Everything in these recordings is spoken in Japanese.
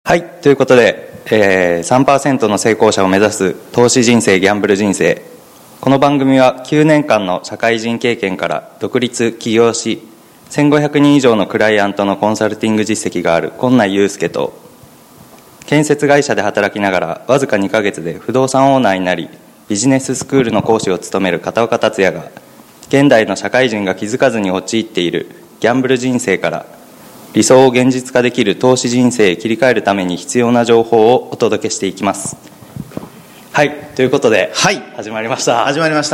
はい、ということで、3% の成功者を目指す投資人生ギャンブル人生。この番組は9年間の社会人経験から独立起業し、1500人以上のクライアントのコンサルティング実績がある今内祐介と、建設会社で働きながらわずか2ヶ月で不動産オーナーになり、ビジネススクールの講師を務める片岡達也が、現代の社会人が気づかずに陥っているギャンブル人生から、理想を現実化できる投資人生へ切り替えるために必要な情報をお届けしていきます。はい、ということで、 はい、 始まりました。 始まりました。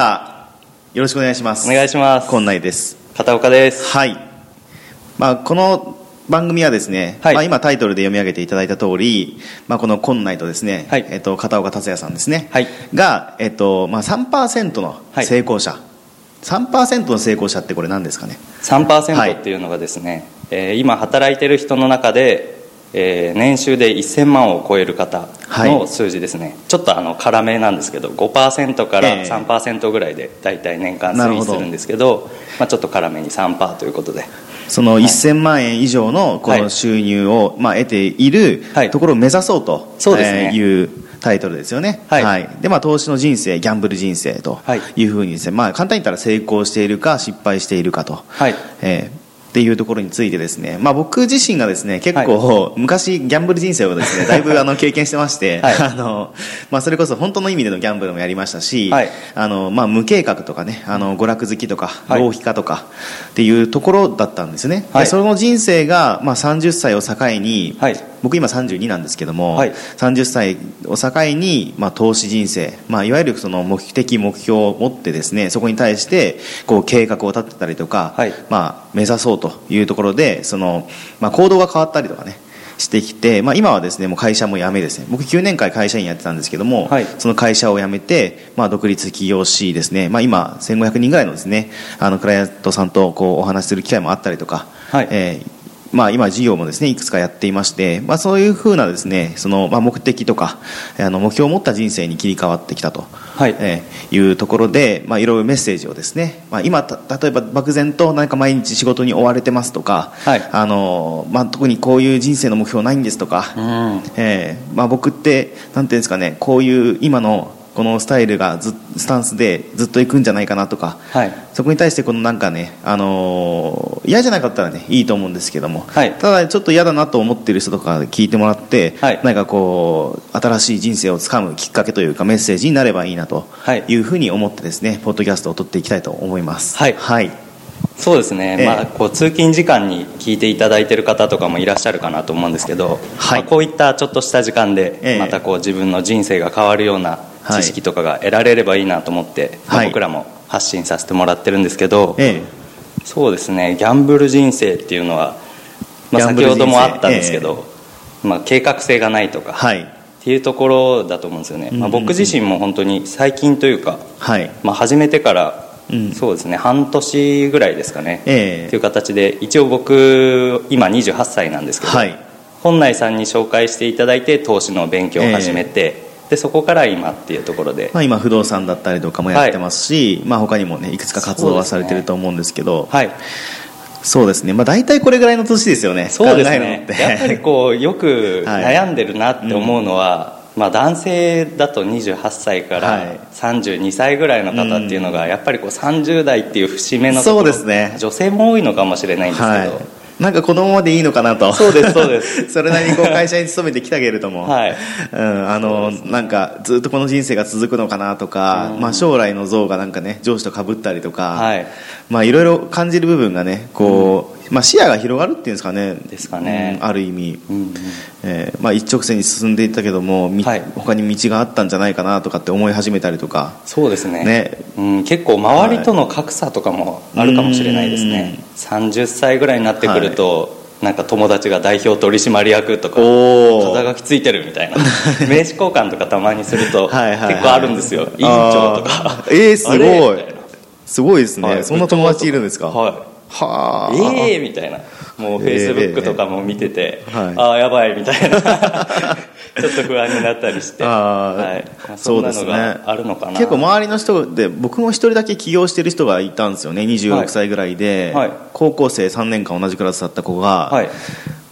よろしくお願いします。 お願いします。 今内です。 片岡です。 はい。この番組はですね、 はい、 今タイトルで読み上げていただいた通り、この今内とですね、 はい、 片岡達也さんですね、 はい、 が、3% の成功者、3% の成功者ってこれ何ですかね。 3% っていうのがですね、今働いてる人の中で、年収で1000万を超える方の数字ですね、はい、ちょっと辛めなんですけど 5% から 3% ぐらいで大体年間推移するんですけど、ちょっと辛めに 3% ということで、 その1000万円以上のこの収入を得ているところを目指そうというタイトルですよね。 はいはい、で投資の人生、ギャンブル人生というふうにですね、簡単に言ったら成功しているか失敗しているかと、っていうところについてですね、僕自身がですね結構、昔ギャンブル人生をですねだいぶ経験してまして、それこそ本当の意味でのギャンブルもやりましたし、無計画とかね、娯楽好きとか浪費家とかっていうところだったんですね。でその人生が、30歳を境に、僕今32なんですけども、30歳を境に、投資人生、いわゆるその目的目標を持ってですね、そこに対してこう計画を立てたりとか、目指そうというところでその、行動が変わったりとかねしてきて、今はですねもう会社も辞めですね、僕9年間会社員やってたんですけども、その会社を辞めて、独立起業しですね、今1500人ぐらいのですねクライアントさんとこうお話しする機会もあったりとか、今事業もですねいくつかやっていまして、そういうふうなですねその、目的とか目標を持った人生に切り替わってきたと、いうところで、いろいろメッセージをですね、今例えば漠然と何か毎日仕事に追われてますとか、特にこういう人生の目標ないんですとか、僕ってなんていうんですかね、こういう今のこのスタイルがスタンスでずっと行くんじゃないかなとか、そこに対してこのなんかね、嫌じゃなかったらねいいと思うんですけども、ただちょっと嫌だなと思っている人とか聞いてもらって、何かこう新しい人生をつかむきっかけというかメッセージになればいいなというふうに思ってですね、ポッドキャストを撮っていきたいと思います。 そうですね、こう通勤時間に聞いていただいている方とかもいらっしゃるかなと思うんですけど、こういったちょっとした時間でまたこう自分の人生が変わるような知識とかが得られればいいなと思って、僕らも発信させてもらってるんですけど、そうですね、ギャンブル人生っていうのは、先ほどもあったんですけど、計画性がないとか、っていうところだと思うんですよね。僕自身も本当に最近というか、始めてからそうですね、半年ぐらいですかね、っていう形で、一応僕今28歳なんですけど、本内さんに紹介していただいて投資の勉強を始めて、でそこから今っていうところで、 今不動産だったりとかもやってますし、他にもねいくつか活動はされてると思うんですけど、そうですね、大体これぐらいの年ですよね。 そうですね、やっぱりこうよく悩んでるなって思うのは、男性だと28歳から32歳ぐらいの方っていうのがやっぱりこう30代っていう節目のところ、 そうですね、 女性も多いのかもしれないんですけど、 なんかこのままでいいのかなと。 そうですそうですそれなりにこう会社に勤めてきたけれども、なんかずっとこの人生が続くのかなとか、将来の像がなんかね上司と被ったりとか、いろいろ感じる部分がねこう、視野が広がるっていうんですかね、ある意味、一直線に進んでいったけども、他に道があったんじゃないかなとかって思い始めたりとか。 そうですね、結構周りとの格差とかもあるかもしれないですね。30歳ぐらいになってくると、なんか友達が代表取締役とか肩書きついてるみたいな名刺交換とかたまにすると結構あるんですよ。委員長とかすごいですね、そんな友達いるんですか。 みたいな、もうフェイスブックとかも見てて、やばいみたいなちょっと不安になったりして、そんなのがあるのかな。 結構周りの人で、僕も一人だけ起業してる人がいたんですよね。26歳ぐらいで、高校生3年間同じクラスだった子が、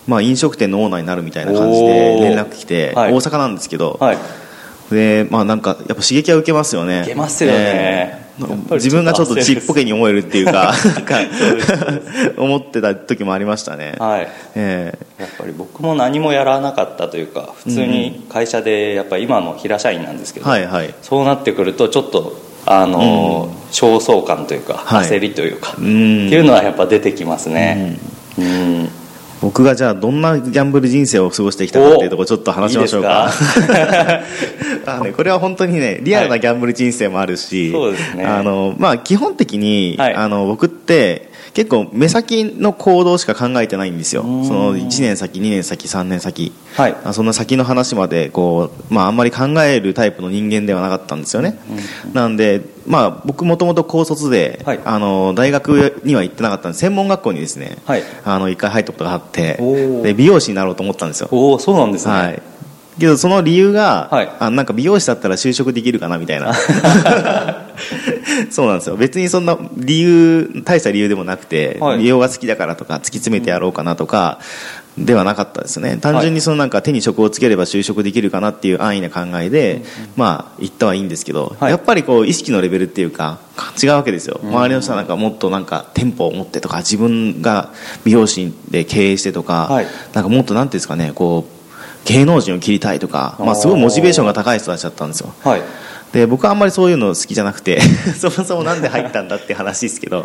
まあ、飲食店のオーナーになるみたいな感じで連絡来て、大阪なんですけど、でまあ、なんかやっぱ刺激は受けますよね。 受けますよね、 自分がちょっとちっぽけに思えるっていうか思ってた時もありましたね。 やっぱり僕も何もやらなかったというか、普通に会社でやっぱり今の平社員なんですけど、そうなってくるとちょっと焦燥感というか、焦りというか、っていうのはやっぱ出てきますね。 僕がじゃあどんなギャンブル人生を過ごしてきたかっていうところちょっと話しましょうか。これは本当にねリアルなギャンブル人生もあるし、まあ、基本的に、僕って結構目先の行動しか考えてないんですよ。その1年先2年先3年先、そんな先の話までこう、まあ、あんまり考えるタイプの人間ではなかったんですよね。なんで、まあ、僕もともと高卒で、大学には行ってなかったんで専門学校にですね、一回入ったことがあって、で美容師になろうと思ったんですよ。 そうなんですね。 けどその理由が、なんか美容師だったら就職できるかなみたいなそうなんですよ。別にそんな大した理由でもなくて、美容が好きだからとか突き詰めてやろうかなとかではなかったですね。単純にそのなんか手に職をつければ就職できるかなっていう安易な考えで、まあ行ったはいいんですけど、やっぱりこう意識のレベルっていうか違うわけですよ。周りの人はなんかもっとなんか店舗を持ってとか、自分が美容師で経営してとか、なんかもっとなんていうんですかね、こう芸能人を切りたいとか、まあ、すごいモチベーションが高い人たちだったんですよ。で僕はあんまりそういうの好きじゃなくてそもそもなんで入ったんだって話ですけど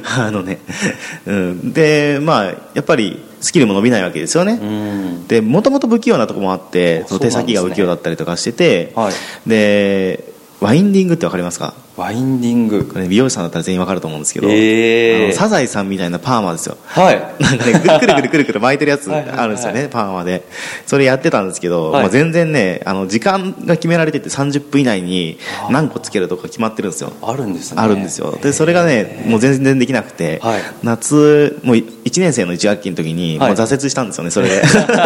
でまあやっぱりスキルも伸びないわけですよね。でもともと不器用なところもあって、その手先が不器用だったりとかしてて、でワインディングって分かりますか？ ワインディング、 これ美容師さんだったら全員分かると思うんですけど、サザエさんみたいなパーマですよ。なんかねくるくるくるくる巻いてるやつあるんですよね、パーマで。それやってたんですけど、まあ、全然ね時間が決められてて30分以内に何個つけるとか決まってるんですよ。 あるんですね。 あるんですよ。でそれがねもう全然できなくて、夏もう1年生の1学期の時にもう挫折したんですよね、それで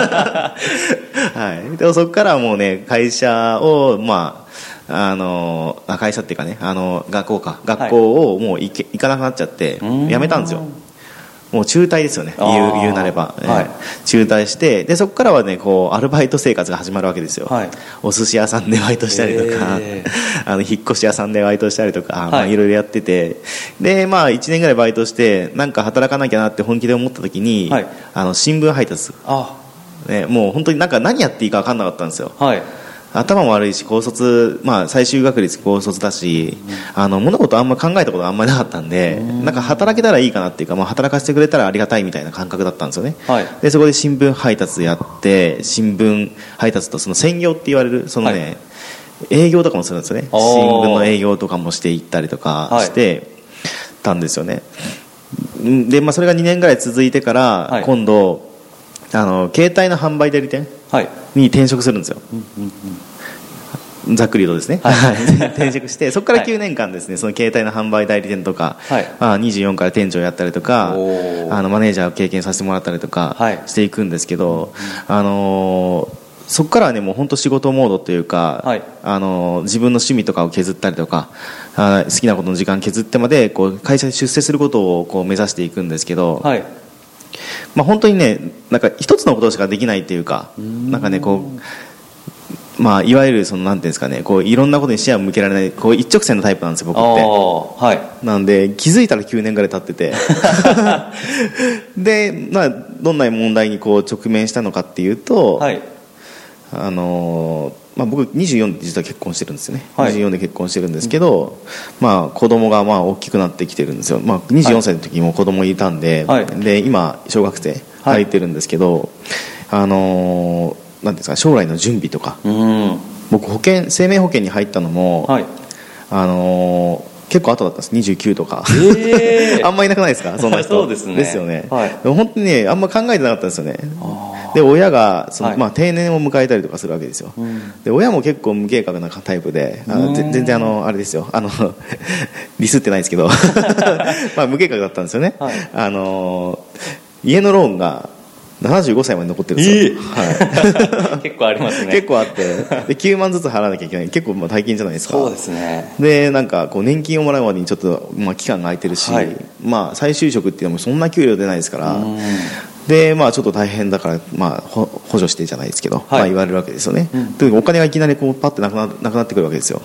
でもそこからもうね会社をまあ会社っていうかね学校をもう行かなくなっちゃって辞めたんですよ。もう中退ですよね、言うなれば、中退して、でそこからはねこうアルバイト生活が始まるわけですよ。お寿司屋さんでバイトしたりとか、引っ越し屋さんでバイトしたりとか、まあ、いろいろやってて、でまあ1年ぐらいバイトしてなんか働かなきゃなって本気で思った時に、新聞配達、もう本当になんか何やっていいか分かんなかったんですよ。頭も悪いし高卒、まあ、最終学歴高卒だし、物事あんま考えたことあんまりなかったんで、なんか働けたらいいかなっていうか、まあ、働かせてくれたらありがたいみたいな感覚だったんですよね。でそこで新聞配達やって、新聞配達とその専業って言われるそのね、営業とかもするんですよね。新聞の営業とかもしていったりとかしてたんですよね。で、まあ、それが2年ぐらい続いてから、今度携帯の販売代理店に転職するんですよ。ざっくりとですね、転職して、そこから9年間ですね、その携帯の販売代理店とか、24から店長やったりとか、マネージャーを経験させてもらったりとかしていくんですけど、そこからはねもう本当仕事モードというか、自分の趣味とかを削ったりとか、好きなことの時間削ってまでこう会社に出世することをこう目指していくんですけど、まあ、本当にねなんか一つのことしかできないっていうか、なんかねこう、まあ、いわゆるそのなんていうんですかね、こういろんなことに視野を向けられない、こう一直線のタイプなんですよ僕って。なんで気づいたら9年ぐらい経っててで、まあ、どんな問題にこう直面したのかっていうと、まあ、僕24で実は結婚してるんですよね。24で結婚してるんですけど、まあ、子供がまあ大きくなってきてるんですよ。まあ、24歳の時も子供いたんで、で今小学生入ってるんですけど、なんていうんですか、将来の準備とか、僕生命保険に入ったのも、結構後だったんです。29とか、あんまいなくないですかそんな人。そうですね。ですよね。でも本当にねあんま考えてなかったんですよね。で親がまあ、定年を迎えたりとかするわけですよ。で親も結構無計画なタイプで、全然あれですよ、ディスってないですけどまあ無計画だったんですよね。家のローンが75歳まで残ってるんですよ。 結構ありますね。 結構あってで9万ずつ払わなきゃいけない、結構まあ大金じゃないですか。 そうですね。 でなんかこう年金をもらうまでにちょっとまあ期間が空いてるし、まあ再就職っていうのもそんな給料出ないですから、 でちょっと大変だから、補助してじゃないですけど、言われるわけですよね、でお金がいきなりこうパッてなくなってくるわけですよ。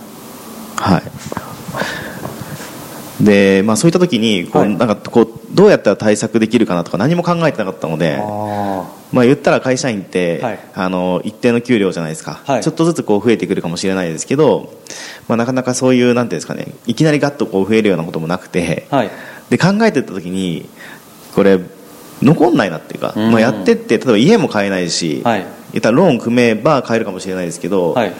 でそういった時になんかどうやったら対策できるかなとか何も考えてなかったので、言ったら会社員って、一定の給料じゃないですか、ちょっとずつ増えてくるかもしれないですけど、なかなかそういうなんていうんですかね、いきなりガッと増えるようなこともなくて、で考えていった時にこれ残んないなっていうか、やってって例えば家も買えないし、言ったらローン組めば買えるかもしれないですけど、言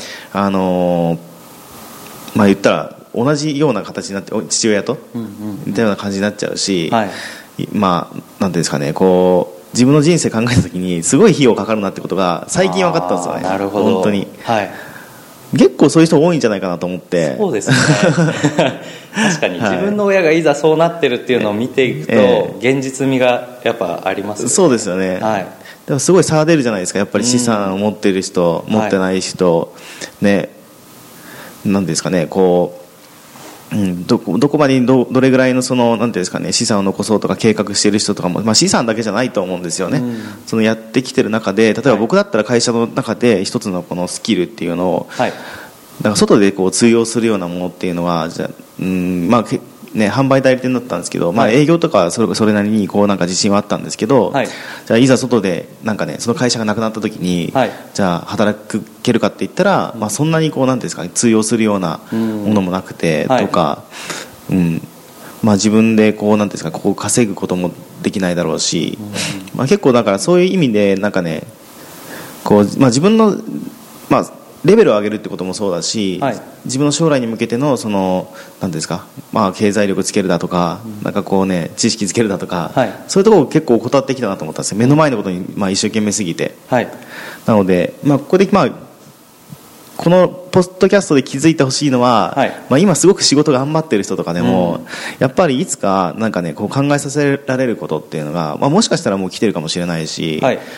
ったら同じような形になって父親とみたいな感じになっちゃうし、なんていうんですかね、自分の人生考えた時にすごい費用かかるなってことが最近分かったんですよね。 なるほど。 本当に、結構そういう人多いんじゃないかなと思って。 そうですね確かに自分の親がいざそうなってるっていうのを見ていくと、現実味がやっぱありますよね。 そうですよね、でもすごい差が出るじゃないですか、やっぱり資産を持っている人、持ってない人、ね、なんですかね、どこまでにどれぐらいのなんていうんですかね、資産を残そうとか計画している人とかも、資産だけじゃないと思うんですよね、そのやってきてる中で、例えば僕だったら会社の中で一つのこのスキルっていうのを、だから外で通用するようなものっていうのは販売代理店だったんですけど、営業とかはそれなりになんか自信はあったんですけど、じゃあいざ外でなんかね、その会社がなくなった時に、じゃあ働けるかって言ったら、そんなになんていうんですかね、通用するようなものもなくて、とか、自分でなんていうんですか、稼ぐこともできないだろうし、結構だからそういう意味でなんかね、自分のレベルを上げるってこともそうだし、自分の将来に向けてのなんですか、経済力つけるだとか、なんか知識つけるだとか、そういうところを結構怠ってきたなと思ったんですよ。目の前のことに一生懸命すぎて、なので、ここでこのポッドキャストで気づいてほしいのは、今すごく仕事頑張ってる人とかでも、やっぱりいつかなんかね、考えさせられることっていうのが、もしかしたらもう来てるかもしれないし、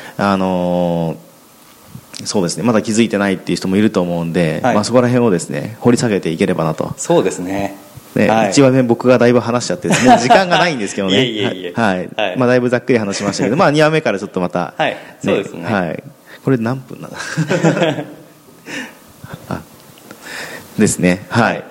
そうですね、まだ気づいてないっていう人もいると思うんで、そこら辺をですね、掘り下げていければなと。 そうですね。 一番僕がだいぶ話しちゃって、もう時間がないんですけどねだいぶざっくり話しましたけど、2話目からちょっとまた、 そうですね、 これ何分なんだですね。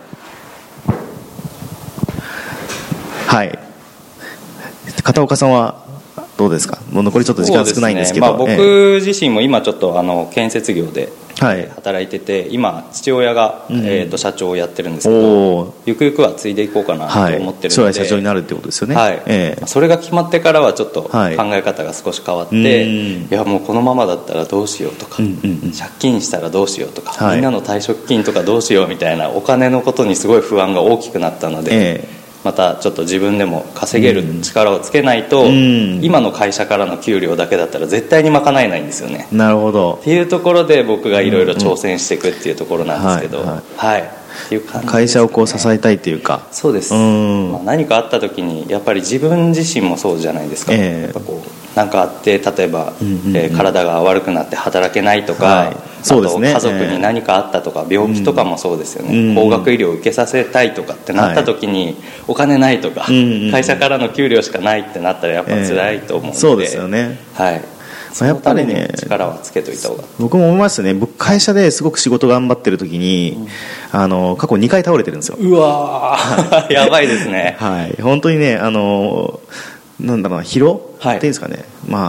片岡さんはどうですか。もう残りちょっと時間少ないんですけど、 僕自身も今ちょっと建設業で働いてて、今父親が、社長をやってるんですけど、ゆくゆくは継いでいこうかなと思ってるので、 将来社長になるってことですよね。 それが決まってからはちょっと考え方が少し変わって、いやもうこのままだったらどうしようとか、借金したらどうしようとか、みんなの退職金とかどうしようみたいなお金のことにすごい不安が大きくなったので、またちょっと自分でも稼げる力をつけないと、今の会社からの給料だけだったら絶対に賄えないんですよね。 なるほど。 っていうところで僕がいろいろ挑戦していくっていうところなんですけど、っていう感じですね。 会社を支えたいっていうか。 そうです。何かあった時にやっぱり自分自身もそうじゃないですか。やっぱ何かあって例えば、体が悪くなって働けないとか、あと家族に何かあったとか、病気とかもそうですよね、高額医療を受けさせたいとかってなった時に、お金ないとか、会社からの給料しかないってなったらやっぱ辛いと思うので、そうですよね。やっぱりね、力はつけといた方が。 僕も思いますね。僕会社ですごく仕事頑張ってる時に、過去2回倒れてるんですよ。 うわやばいですね。 本当にね、なんだろうな、疲労っていうんですかね、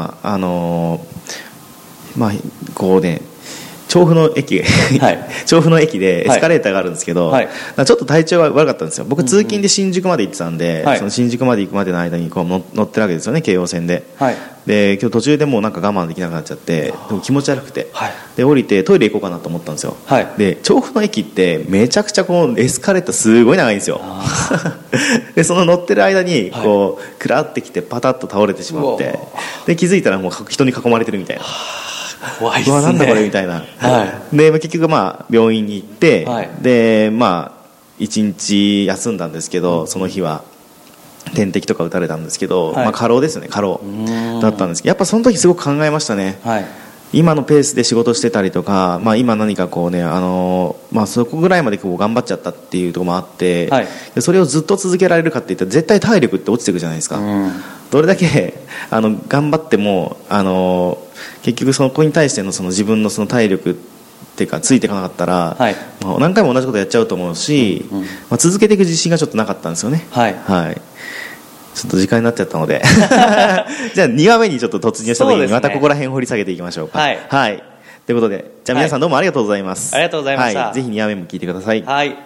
調布の駅調布の駅でエスカレーターがあるんですけど、ちょっと体調が悪かったんですよ。僕通勤で新宿まで行ってたんで、その新宿まで行くまでの間に乗ってるわけですよね、京王線で。で今日途中でもうなんか我慢できなくなっちゃって、でも気持ち悪くて、で降りてトイレ行こうかなと思ったんですよ。で調布の駅ってめちゃくちゃエスカレーターすごい長いんですよでその乗ってる間にクラってきてパタッと倒れてしまって、で気づいたらもう人に囲まれてるみたいな。 怖いですね。 なんだこれみたいな。で結局病院に行って、で1日休んだんですけど、その日は点滴とか打たれたんですけど、過労ですね、過労だったんですけど、やっぱその時すごく考えましたね。 今のペースで仕事してたりとか、今何かこうね、そこぐらいまでこう頑張っちゃったっていうところもあって、はい、それをずっと続けられるかっていったら絶対体力って落ちていくじゃないですか、どれだけ頑張っても結局そこに対してのその自分のその体力っていうかついていかなかったら、はい、何回も同じことやっちゃうと思うし、続けていく自信がちょっとなかったんですよね。はい、はい、ちょっと時間になっちゃったのでじゃあ2話目にちょっと突入した時にまたここら辺掘り下げていきましょうか。はい、はい、ということで、じゃあ皆さんどうもありがとうございます。 ありがとうございました。 はい、ぜひ2話目も聞いてください。 はい。